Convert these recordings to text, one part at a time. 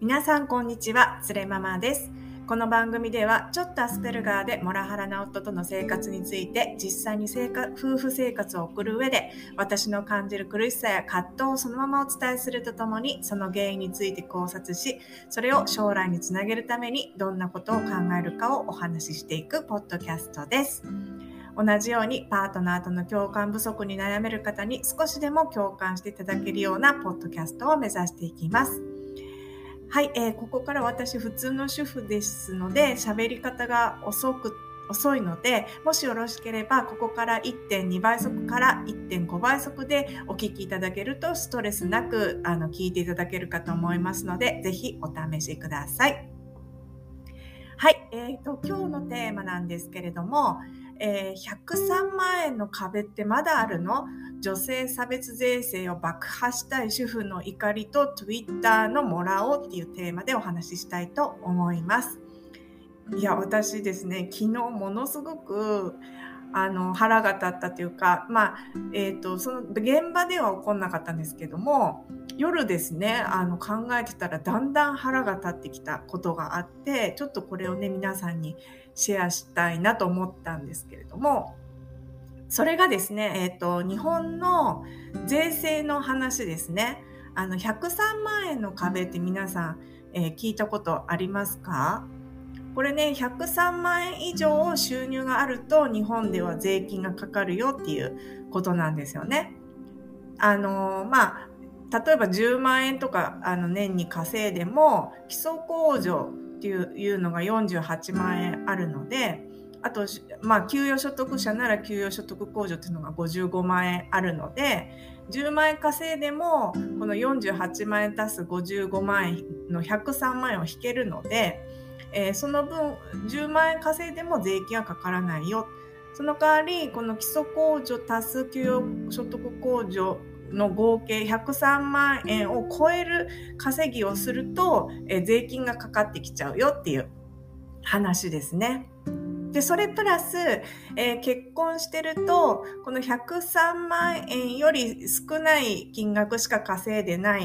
皆さんこんにちは、つれママです。この番組ではちょっとアスペルガーでモラハラな夫との生活について実際に夫婦生活を送る上で私の感じる苦しさや葛藤をそのままお伝えするとともにその原因について考察し、それを将来につなげるためにどんなことを考えるかをお話ししていくポッドキャストです。同じようにパートナーとの共感不足に悩める方に少しでも共感していただけるようなポッドキャストを目指していきます。はい、ここから私普通の主婦ですので喋り方が遅いので、もしよろしければここから 1.2 倍速から 1.5 倍速でお聞きいただけるとストレスなく聞いていただけるかと思いますので、ぜひお試しください。はい、今日のテーマなんですけれども、103万円の壁ってまだあるの？女性差別税制を爆破したい主婦の怒りと Twitter のもらおうっていうテーマでお話ししたいと思います。いや、私ですね、昨日ものすごく腹が立ったというか、その現場では起こんなかったんですけども、夜ですね、考えてたらだんだん腹が立ってきたことがあって、ちょっとこれをね、皆さんにシェアしたいなと思ったんですけれども、それがですね、日本の税制の話ですね。103万円の壁って皆さん、聞いたことありますか？これね、103万円以上収入があると日本では税金がかかるよっていうことなんですよね。例えば10万円とか年に稼いでも基礎控除っていうのが48万円あるので、あと、給与所得者なら給与所得控除っていうのが55万円あるので、10万円稼いでもこの48万円足す55万円の103万円を引けるので、その分10万円稼いでも税金はかからないよ。その代わりこの基礎控除足す給与所得控除の合計103万円を超える稼ぎをすると、税金がかかってきちゃうよっていう話ですね。で、それプラス、結婚してるとこの103万円より少ない金額しか稼いでない、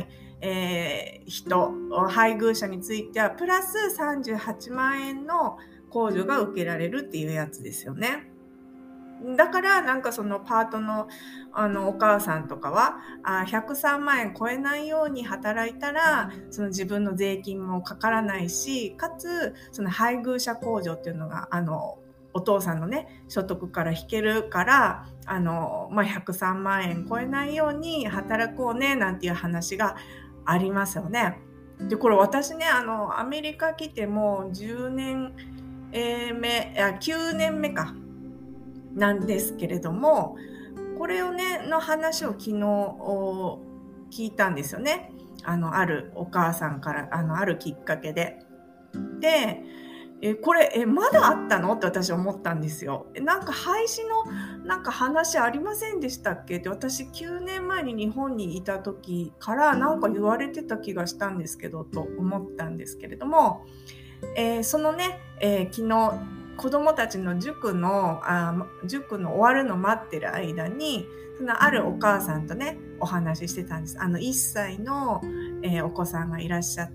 配偶者についてはプラス38万円の控除が受けられるっていうやつですよね。だからなんかそのパートのお母さんとかは103万円超えないように働いたらその自分の税金もかからないし、かつその配偶者控除っていうのがお父さんのね所得から引けるから103万円超えないように働こうねなんていう話がありますよね。でこれ私ねアメリカ来てもう10年9年目かなんですけれども、これをねの話を昨日聞いたんですよね。あるお母さんからあるきっかけで。で、これまだあったのって私思ったんですよ。なんか廃止のなんか話ありませんでしたっけって、私9年前に日本にいた時からなんか言われてた気がしたんですけどと思ったんですけれども、そのね、昨日子供たちの塾の終わるの待ってる間にそのあるお母さんとねお話ししてたんです。1歳の、お子さんがいらっしゃって、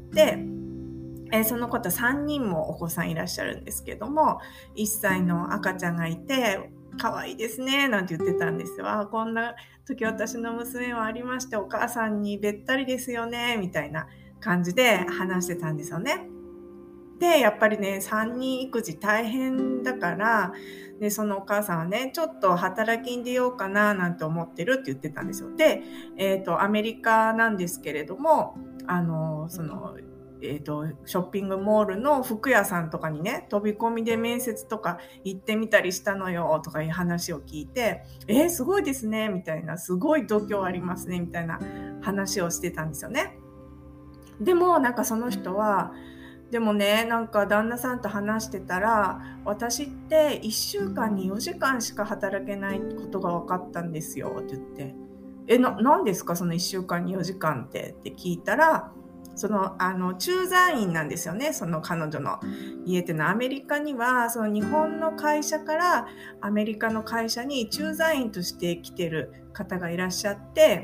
その方3人もお子さんいらっしゃるんですけども、1歳の赤ちゃんがいて可愛いですねなんて言ってたんですよ。こんな時私の娘はありまして、お母さんにべったりですよねみたいな感じで話してたんですよね。で、やっぱりね、3人育児大変だから、で、そのお母さんはね、ちょっと働きに出ようかななんて思ってるって言ってたんですよ。で、アメリカなんですけれども、ショッピングモールの服屋さんとかにね、飛び込みで面接とか行ってみたりしたのよとかいう話を聞いて、すごいですね、みたいな、すごい度胸ありますね、みたいな話をしてたんですよね。でも、なんかその人は、でもね、なんか旦那さんと話してたら、私って1週間に4時間しか働けないことが分かったんですよって言って、何ですかその1週間に4時間って聞いたら、駐在員なんですよね。その彼女の家っていうのはアメリカには、その日本の会社からアメリカの会社に駐在員として来てる方がいらっしゃって、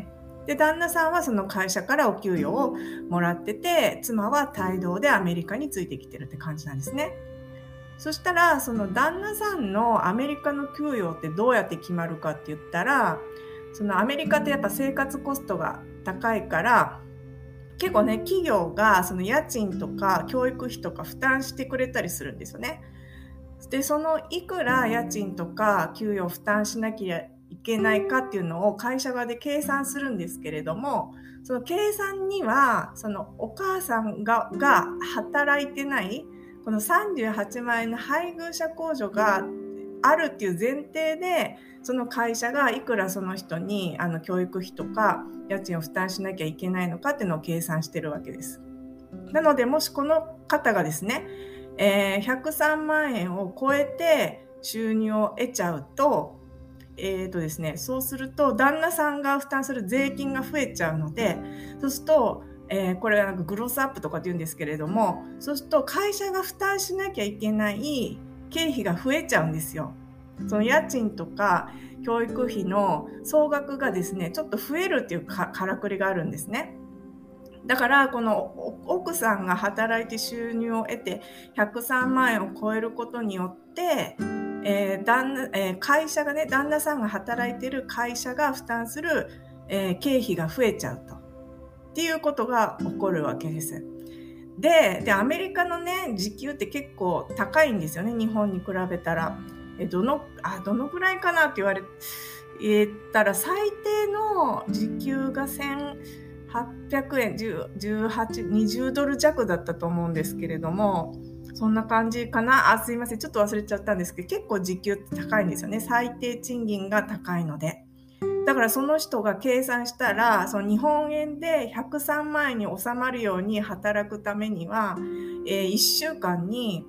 で、旦那さんはその会社からお給与をもらってて、妻は帯同でアメリカについてきてるって感じなんですね。そしたら、その旦那さんのアメリカの給与ってどうやって決まるかって言ったら、そのアメリカってやっぱ生活コストが高いから、結構ね、企業がその家賃とか教育費とか負担してくれたりするんですよね。で、そのいくら家賃とか給与を負担しなきゃいけないかっていうのを会社側で計算するんですけれども、その計算にはそのお母さんが働いてないこの38万円の配偶者控除があるっていう前提で、その会社がいくらその人に教育費とか家賃を負担しなきゃいけないのかっていうのを計算してるわけです。なので、もしこの方がですね、103万円を超えて収入を得ちゃうと、ですね、そうすると旦那さんが負担する税金が増えちゃうので、そうすると、これはなんかグロスアップとかって言うんですけれども、そうすると会社が負担しなきゃいけない経費が増えちゃうんですよ。その家賃とか教育費の総額がですね、ちょっと増えるっていうからくりがあるんですね。だからこの奥さんが働いて収入を得て103万円を超えることによって、会社がね、旦那さんが働いている会社が負担する、経費が増えちゃうとっていうことが起こるわけです。でアメリカのね、時給って結構高いんですよね、日本に比べたら。どのくらいかなって言われたら、最低の時給が1800円、20ドル弱だったと思うんですけれども、そんな感じかな。すいません、ちょっと忘れちゃったんですけど、結構時給って高いんですよね。最低賃金が高いので。だからその人が計算したら、その日本円で103万円に収まるように働くためには、1週間に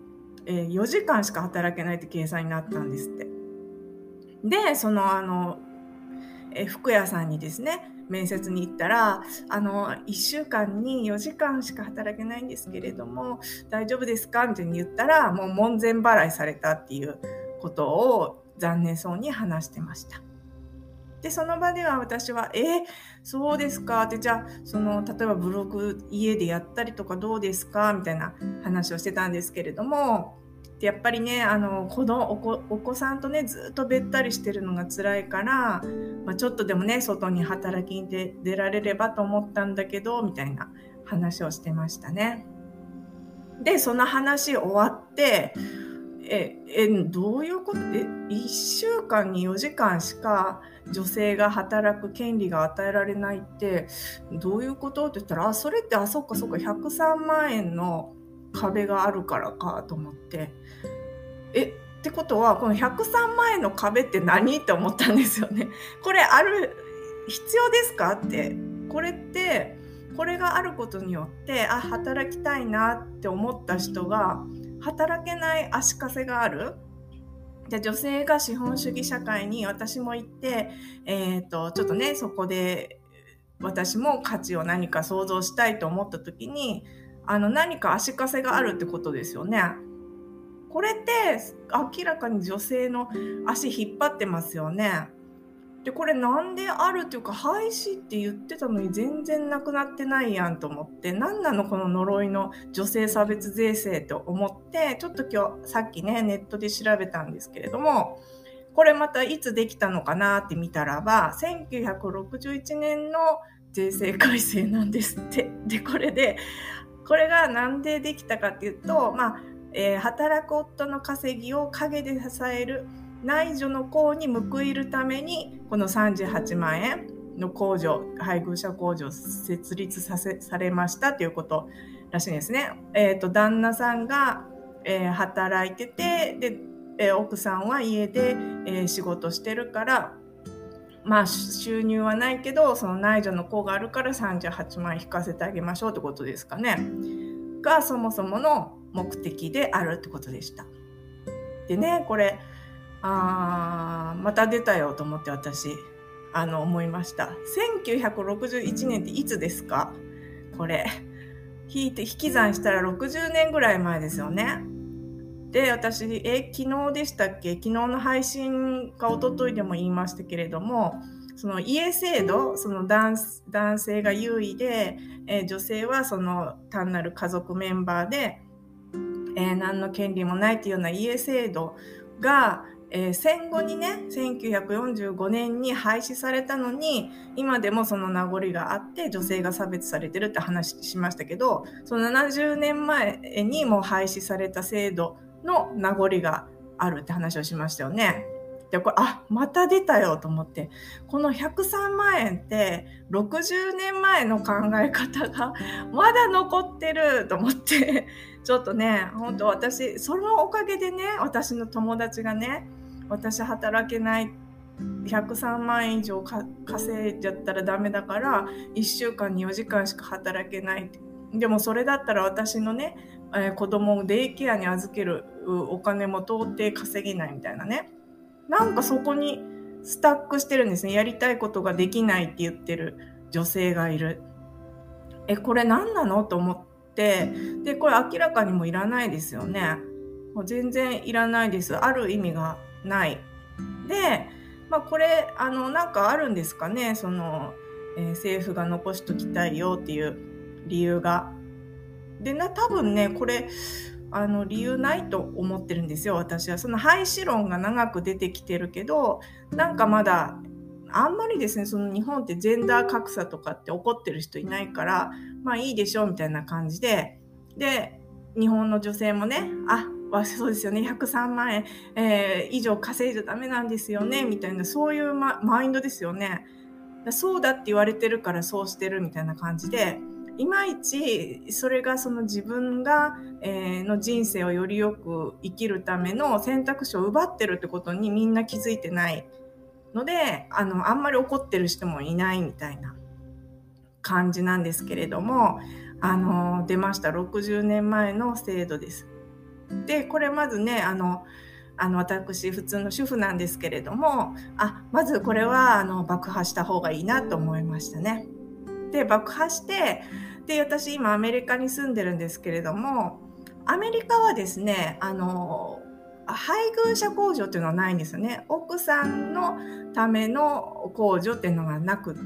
4時間しか働けないって計算になったんですって。で、その服屋さんにですね、面接に行ったら、1週間に4時間しか働けないんですけれども、大丈夫ですかみたいに言ったら、もう門前払いされたっていうことを残念そうに話してました。で、その場では私は、そうですかって、じゃあ、例えばブログ家でやったりとかどうですかみたいな話をしてたんですけれども、でやっぱりね、お子さんとね、ずっとべったりしてるのが辛いから、ちょっとでもね、外に働きに出られればと思ったんだけど、みたいな話をしてましたね。で、その話終わって、どういうこと1週間に4時間しか女性が働く権利が与えられないってどういうことって言ったら、それってそっか103万円の壁があるからかと思って、ってことはこの103万円の壁って何って思ったんですよね。これ必要ですかって。これがあることによって働きたいなって思った人が働けない足かせがある。じゃあ女性が資本主義社会に私も行って、ちょっとね、そこで私も価値を何か想像したいと思った時に、何か足かせがあるってことですよね。これって明らかに女性の足引っ張ってますよね。で、これなんであるっていうか、廃止って言ってたのに全然なくなってないやんと思って、何なのこの呪いの女性差別税制と思って、ちょっと今日さっきね、ネットで調べたんですけれども、これまたいつできたのかなって見たらば、1961年の税制改正なんですって。で、これがなんでできたかっていうと、働く夫の稼ぎを陰で支える内助の功に報いるためにこの38万円の控除、配偶者控除を設立されましたということらしいんですね。旦那さんが、働いてて、で、奥さんは家で、仕事してるから、収入はないけどその内助の功があるから38万円引かせてあげましょうってことですかね。がそもそもの目的であるってことでした。でね、これまた出たよと思って私思いました。1961年っていつですか？これ引き算したら60年ぐらい前ですよね。 で、私、昨日でしたっけ？昨日の配信か一昨日でも言いましたけれども、その家制度、その男性が優位で、女性はその単なる家族メンバーで、何の権利もないというような家制度が、戦後にね、1945年に廃止されたのに、今でもその名残があって女性が差別されてるって話しましたけど、その70年前にもう廃止された制度の名残があるって話をしましたよね。で、これ、また出たよと思って、この103万円って60年前の考え方がまだ残ってると思って、ちょっとね、本当私、そのおかげでね、私の友達がね、私働けない、103万円以上稼いじゃったらダメだから、1週間に4時間しか働けない。でもそれだったら私のね、子供をデイケアに預けるお金も到底稼げないみたいなね。なんかそこにスタックしてるんですね。やりたいことができないって言ってる女性がいる。これ何なのと思って、で、これ明らかにもいらないですよね。もう全然いらないです。ある意味がない。で、これ、なんかあるんですかね。その、政府が残しときたいよっていう理由が。で、多分ね、これ、理由ないと思ってるんですよ、私は。その廃止論が長く出てきてるけど、なんかまだ、あんまりですね、その日本ってジェンダー格差とかって怒ってる人いないから、いいでしょみたいな感じで、で、日本の女性もね、そうですよね、103万円、以上稼いじゃダメなんですよね、みたいな、そういう、マインドですよね。そうだって言われてるからそうしてるみたいな感じで、いまいちそれがその自分が、の人生をよりよく生きるための選択肢を奪ってるってことにみんな気づいてないので、あんまり怒ってる人もいないみたいな感じなんですけれども、出ました。60年前の制度です。で、これまずね、私普通の主婦なんですけれども、まずこれは爆破した方がいいなと思いましたね。で、爆破して、で、私今アメリカに住んでるんですけれども、アメリカはですね、配偶者控除っていうのはないんですよね。奥さんのための控除っていうのがなくって、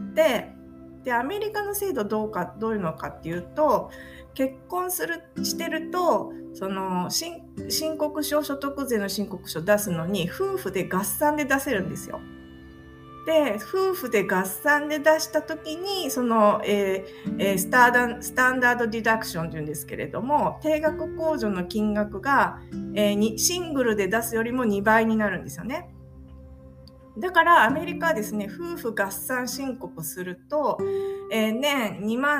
で、アメリカの制度どういうのかっていうと、結婚してると、その申告書、所得税の申告書出すのに夫婦で合算で出せるんですよ。で、夫婦で合算で出したときに、その、スタンダードディダクションというんですけれども、定額控除の金額が、シングルで出すよりも2倍になるんですよね。だからアメリカはですね、夫婦合算申告すると、年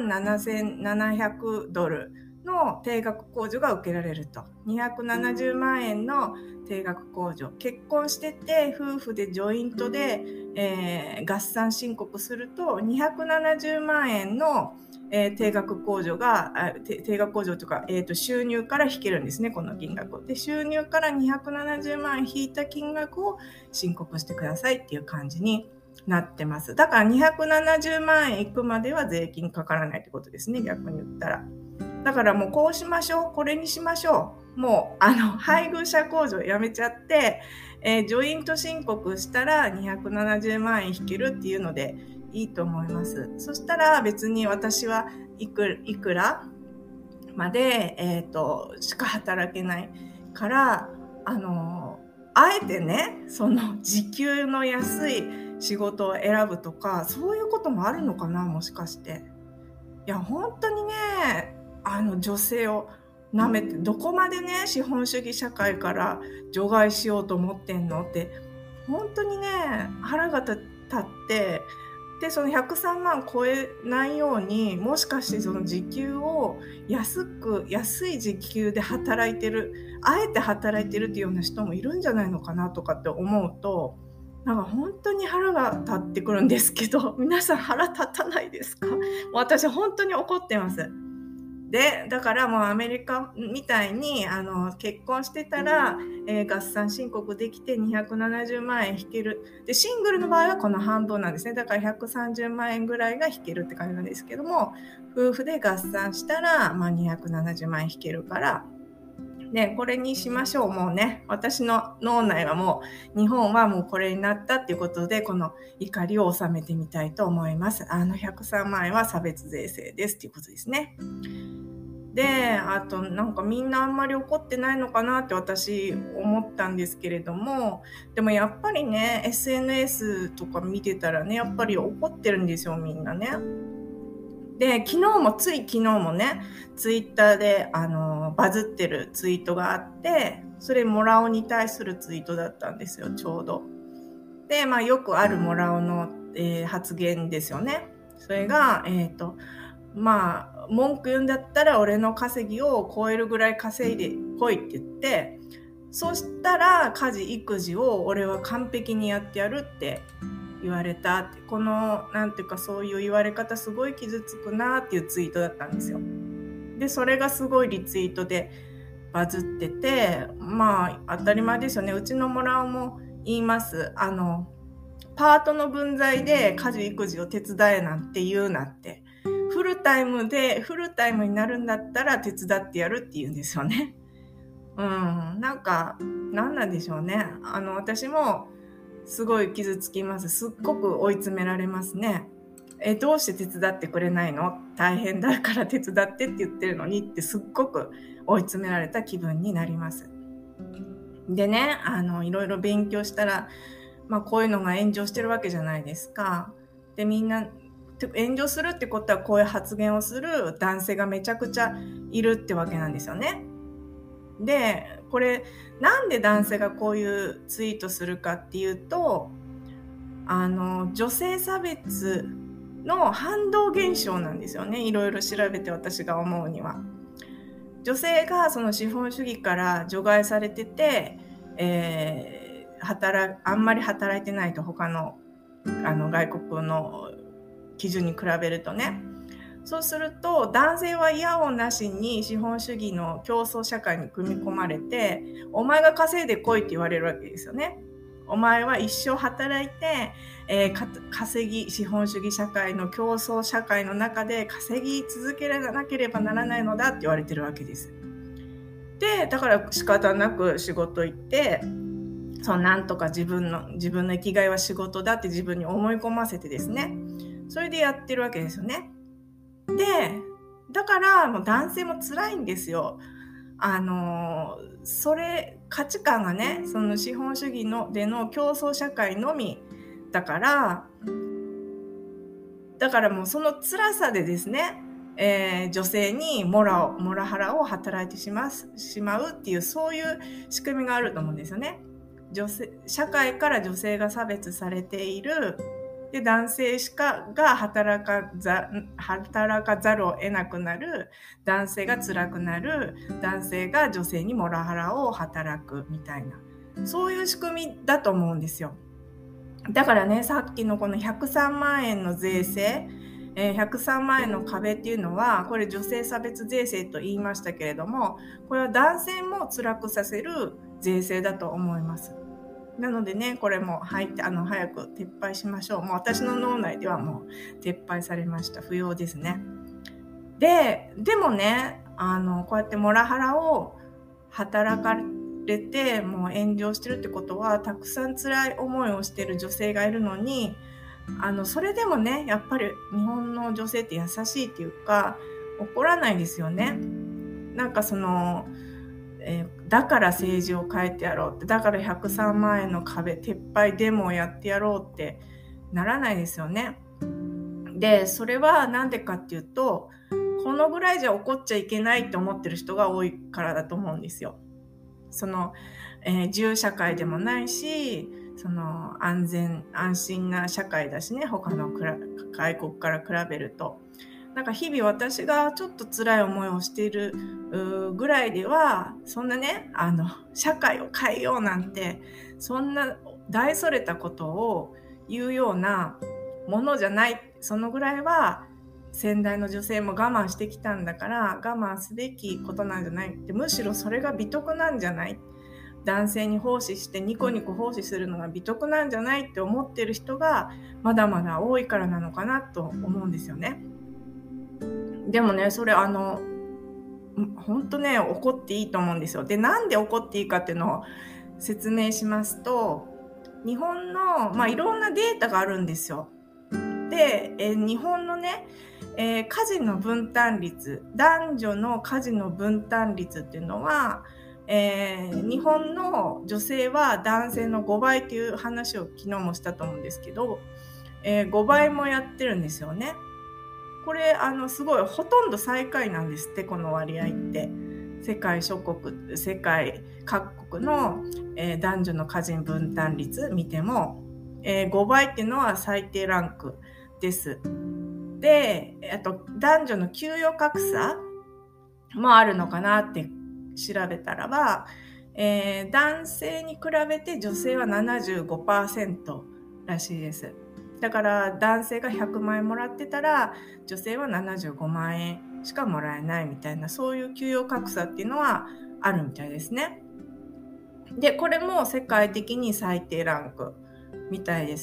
27,700ドルの定額控除が受けられると。270万円の定額控除。結婚してて夫婦でジョイントで、合算申告すると270万円の定額控除というか、収入から引けるんですね、この金額で、収入から270万円引いた金額を申告してくださいっていう感じになってます。だから270万円いくまでは税金かからないってことですね、逆に言ったら。だからもうこうしましょう、これにしましょう。もう配偶者控除やめちゃって、ジョイント申告したら270万円引けるっていうのでいいと思います。そしたら別に私はいくらまで、しか働けないから、あえてね、その時給の安い仕事を選ぶとか、そういうこともあるのかな、もしかして。いや、本当にね、女性を舐めて、どこまでね、資本主義社会から除外しようと思ってんのって、本当にね、腹が立って、で、その103万超えないように、もしかしてその時給を安い時給で働いてる、あえて働いてるっていうような人もいるんじゃないのかなとかって思うと、なんか本当に腹が立ってくるんですけど、皆さん腹立たないですか？私本当に怒ってます。で、だからもうアメリカみたいに結婚してたら、合算申告できて270万円引ける。で、シングルの場合はこの半分なんですね。だから130万円ぐらいが引けるって感じなんですけども、夫婦で合算したら、270万円引けるから、 で、これにしましょう。もうね、私の脳内はもう、日本はもうこれになったっていうことで、この怒りを収めてみたいと思います。103万円は差別税制ですっていうことですね。で、あとなんかみんなあんまり怒ってないのかなって私思ったんですけれども、でもやっぱりね、SNS とか見てたらね、やっぱり怒ってるんですよ、みんなね。で、つい昨日もね、ツイッターで、バズってるツイートがあって、それモラオに対するツイートだったんですよ、ちょうど。で、よくあるモラオの、発言ですよね。それが、文句言うんだったら俺の稼ぎを超えるぐらい稼いでこいって言って、そしたら家事育児を俺は完璧にやってやるって言われたって、このなんていうかそういう言われ方すごい傷つくなっていうツイートだったんですよ。で、それがすごいリツイートでバズってて、当たり前ですよね。うちのモラオも言います。パートの分際で家事育児を手伝えなんて言うなって。フルタイムになるんだったら手伝ってやるって言うんですよね。なんなんでしょうね。私もすごい傷つきます。すっごく追い詰められますね。どうして手伝ってくれないの？大変だから手伝ってって言ってるのにってすっごく追い詰められた気分になります。でね、いろいろ勉強したら、こういうのが炎上してるわけじゃないですか。で、みんな、炎上するってことはこういう発言をする男性がめちゃくちゃいるってわけなんですよね。で、これ、なんで男性がこういうツイートするかっていうと、女性差別の反動現象なんですよね。いろいろ調べて私が思うには。女性がその資本主義から除外されてて、あんまり働いてないと他の、外国の基準に比べるとね。そうすると男性は嫌をなしに資本主義の競争社会に組み込まれて、お前が稼いでこいって言われるわけですよね。お前は一生働いて、資本主義社会の競争社会の中で稼ぎ続けなければならないのだって言われてるわけです。で、だから仕方なく仕事行って、なんとか自分の生きがいは仕事だって自分に思い込ませてですね、それでやってるわけですよね。で、だからもう男性も辛いんですよ。価値観がね、その資本主義での競争社会のみだから、もうその辛さでですね、女性にモラハラを働いてしまうっていう、そういう仕組みがあると思うんですよね。社会から女性が差別されている。で、男性が働かざるを得なくなる、男性が辛くなる、男性が女性にモラハラを働くみたいな、そういう仕組みだと思うんですよ。だからね、さっきのこの103万円の税制、103万円の壁っていうのは、これ女性差別税制と言いましたけれども、これは男性も辛くさせる税制だと思います。なのでね、これも早く撤廃しましょう。もう私の脳内ではもう撤廃されました。不要ですね。でもね、こうやってモラハラを働かれて、もう炎上してるってことは、たくさん辛い思いをしてる女性がいるのに、それでもね、やっぱり日本の女性って優しいっていうか、怒らないですよね。だから政治を変えてやろうって、だから103万円の壁撤廃デモをやってやろうってならないですよね。で、それはなんでかっていうと、このぐらいじゃ怒っちゃいけないって思ってる人が多いからだと思うんですよ。自由社会でもないし、安心な社会だしね、他の外国から比べると。日々私がちょっと辛い思いをしているぐらいでは、そんなね、社会を変えようなんて、そんな大それたことを言うようなものじゃない。そのぐらいは先代の女性も我慢してきたんだから、我慢すべきことなんじゃないって、むしろそれが美徳なんじゃない。男性に奉仕してニコニコ奉仕するのが美徳なんじゃないって思ってる人がまだまだ多いからなのかなと思うんですよね。でもね、それ本当ね、怒っていいと思うんですよ。で、なんで怒っていいかっていうのを説明しますと、日本の、いろんなデータがあるんですよ。で、日本のね、家事の分担率、男女の家事の分担率っていうのは、日本の女性は男性の5倍っていう話を昨日もしたと思うんですけど、5倍もやってるんですよね。これすごいほとんど最下位なんですって、この割合って。世界各国の、男女の家事分担率見ても、5倍っていうのは最低ランクです。で、あと男女の給与格差もあるのかなって調べたらば、男性に比べて女性は 75% らしいです。だから男性が100万円もらってたら女性は75万円しかもらえないみたいな、そういう給与格差っていうのはあるみたいですね。で、これも世界的に最低ランクみたいです。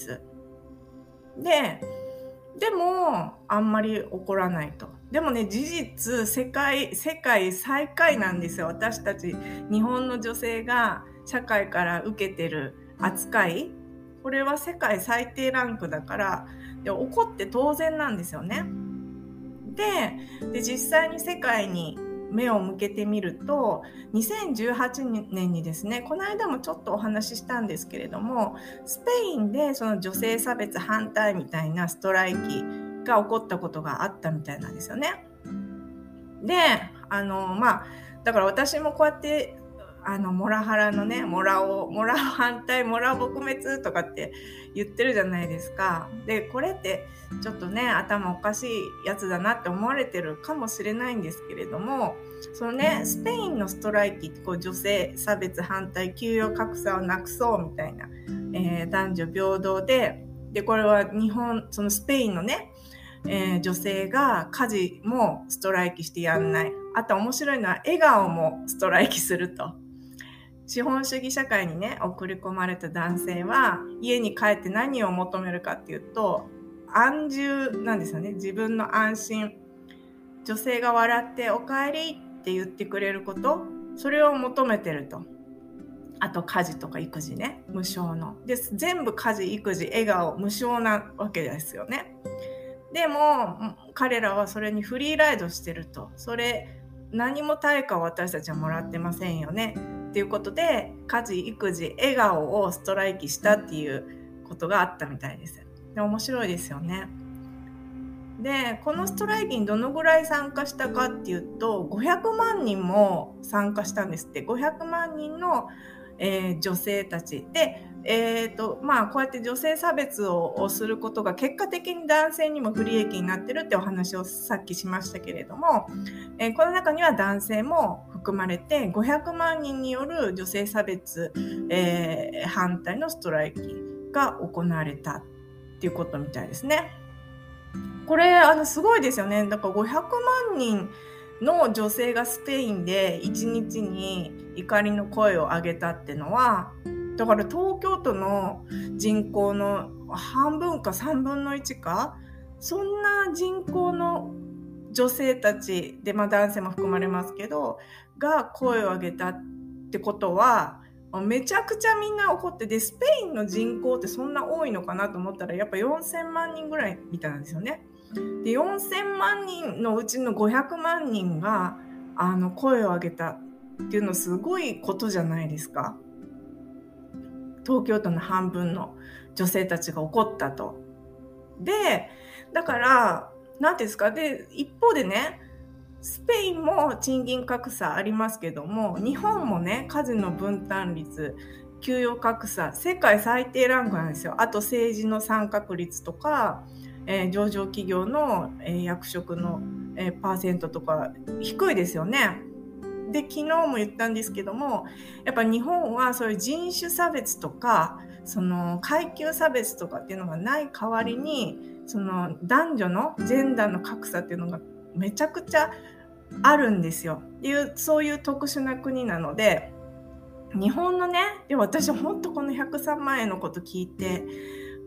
でもあんまり怒らないと。でもね、事実世界最下位なんですよ。私たち日本の女性が社会から受けてる扱い、これは世界最低ランクだから、怒って当然なんですよね。で実際に世界に目を向けてみると、2018年にですね、この間もちょっとお話ししたんですけれども、スペインでその女性差別反対みたいなストライキが起こったことがあったみたいなんですよね。で、だから私もこうやってモラハラのね、モラ反対、モラ撲滅とかって言ってるじゃないですか。で、これってちょっとね、頭おかしいやつだなって思われてるかもしれないんですけれども、そのね、スペインのストライキってこう女性差別反対、給与格差をなくそうみたいな、男女平等で、これはそのスペインのね、女性が家事もストライキしてやんない。あと面白いのは笑顔もストライキすると。資本主義社会にね、送り込まれた男性は家に帰って何を求めるかっていうと、安住なんですよね。自分の安心。女性が笑っておかえりって言ってくれること、それを求めてると。あと家事とか育児ね、無償の。全部家事、育児、笑顔、無償なわけですよね。でも彼らはそれにフリーライドしてると。それ何も対価を私たちはもらってませんよねっていうことで、家事、育児、笑顔をストライキしたっていうことがあったみたいです。で、面白いですよね。で、このストライキにどのぐらい参加したかっていうと、500万人も参加したんですって。500万人の、女性たちで、こうやって女性差別をすることが結果的に男性にも不利益になってるってお話をさっきしましたけれども、この中には男性も含まれて500万人による女性差別、反対のストライキが行われたっていうことみたいですね。これすごいですよね。だから500万人の女性がスペインで1日に怒りの声を上げたってのは、だから東京都の人口の半分か3分の1か、そんな人口の女性たちで、男性も含まれますけど、が声を上げたってことは、めちゃくちゃみんな怒って、でスペインの人口ってそんな多いのかなと思ったら、やっぱ4000万人ぐらいみたいなんですよね。で、4000万人のうちの500万人が声を上げたっていうのすごいことじゃないですか。東京都の半分の女性たちが怒ったと。で、だから何ですか。で、一方でね、スペインも賃金格差ありますけども、日本もね、家事の分担率、給与格差、世界最低ランクなんですよ。あと政治の参画率とか、上場企業の、役職の、パーセントとか低いですよね。で、昨日も言ったんですけども、やっぱ日本はそういう人種差別とか、その階級差別とかっていうのがない代わりに、その男女のジェンダーの格差っていうのがめちゃくちゃあるんですよ。そういう特殊な国なので、日本のね、で私本当この103万円のこと聞いて、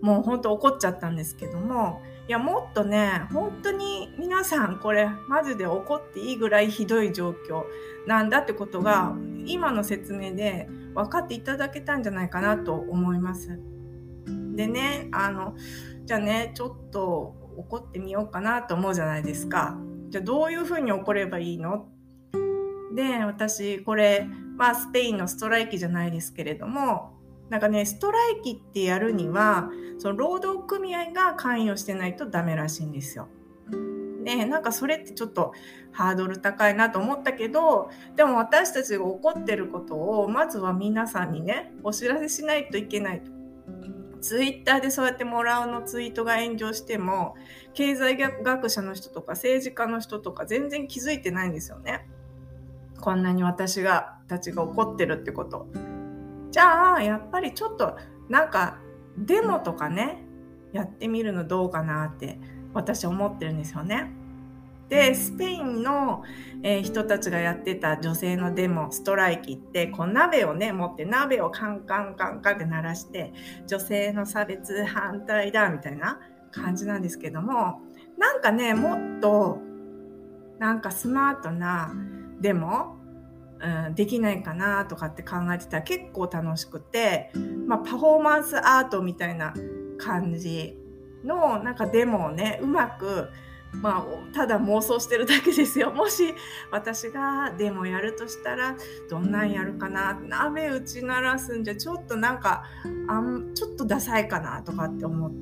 もう本当怒っちゃったんですけども、いやもっとね、本当に皆さんこれマジで怒っていいぐらいひどい状況なんだってことが今の説明で分かっていただけたんじゃないかなと思います。でね、じゃあね、ちょっと怒ってみようかなと思うじゃないですか。じゃあどういうふうに怒ればいいの？で、私これ、スペインのストライキじゃないですけれども、なんかね、ストライキってやるには、その労働組合が関与してないとダメらしいんですよ。で、なんかそれってちょっとハードル高いなと思ったけど、でも私たちが怒ってることをまずは皆さんにね、お知らせしないといけない。ツイッターでそうやってもらうのツイートが炎上しても、経済学者の人とか政治家の人とか全然気づいてないんですよね。こんなに私たちが怒ってるってこと。じゃあやっぱりちょっとなんかデモとかね、やってみるのどうかなって私は思ってるんですよね。で、スペインの、人たちがやってた女性のデモ、ストライキって、こう鍋をね、持って鍋をカンカンカンカンって鳴らして、女性の差別反対だみたいな感じなんですけども、なんかね、もっとなんかスマートなデモ、できないかなとかって考えてたら結構楽しくて、パフォーマンスアートみたいな感じのなんかデモをね、うまくただ妄想してるだけですよ。もし私がデモやるとしたらどんなんやるかな、鍋打ち鳴らすんじゃちょっとなんかちょっとダサいかなとかって思って、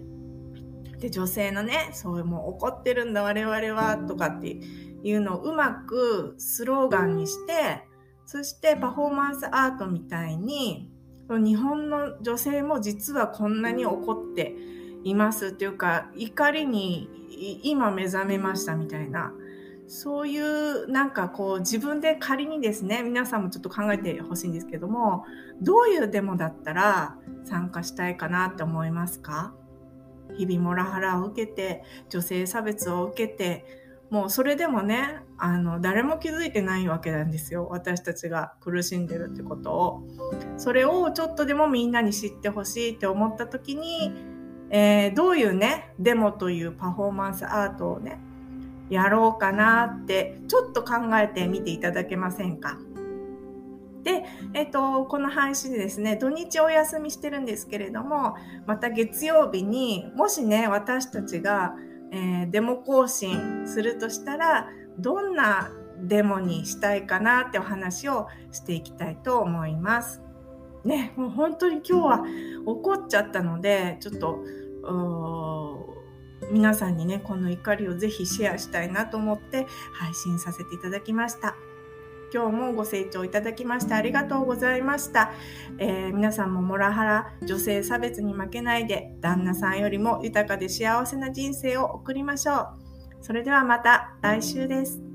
で女性のね、そういうもう怒ってるんだ我々はとかっていうのをうまくスローガンにして、そしてパフォーマンスアートみたいに日本の女性も実はこんなに怒っていますっていうか、怒りに今目覚めましたみたいな、そういうなんかこう自分で仮にですね、皆さんもちょっと考えてほしいんですけども、どういうデモだったら参加したいかなって思いますか？日々モラハラを受けて、女性差別を受けて、もうそれでもね、誰も気づいてないわけなんですよ。私たちが苦しんでるってことを。それをちょっとでもみんなに知ってほしいって思った時に、どういうね、デモというパフォーマンスアートをね、やろうかなってちょっと考えてみていただけませんか？で、この配信でですね、土日お休みしてるんですけれども、また月曜日にもしね、私たちが、デモ行進するとしたら、どんなデモにしたいかなってお話をしていきたいと思います。ね、もう本当に今日は怒っちゃったので、ちょっと皆さんにね、この怒りをぜひシェアしたいなと思って配信させていただきました。今日もご清聴いただきましてありがとうございました。皆さんもモラハラ、女性差別に負けないで、旦那さんよりも豊かで幸せな人生を送りましょう。それではまた来週です。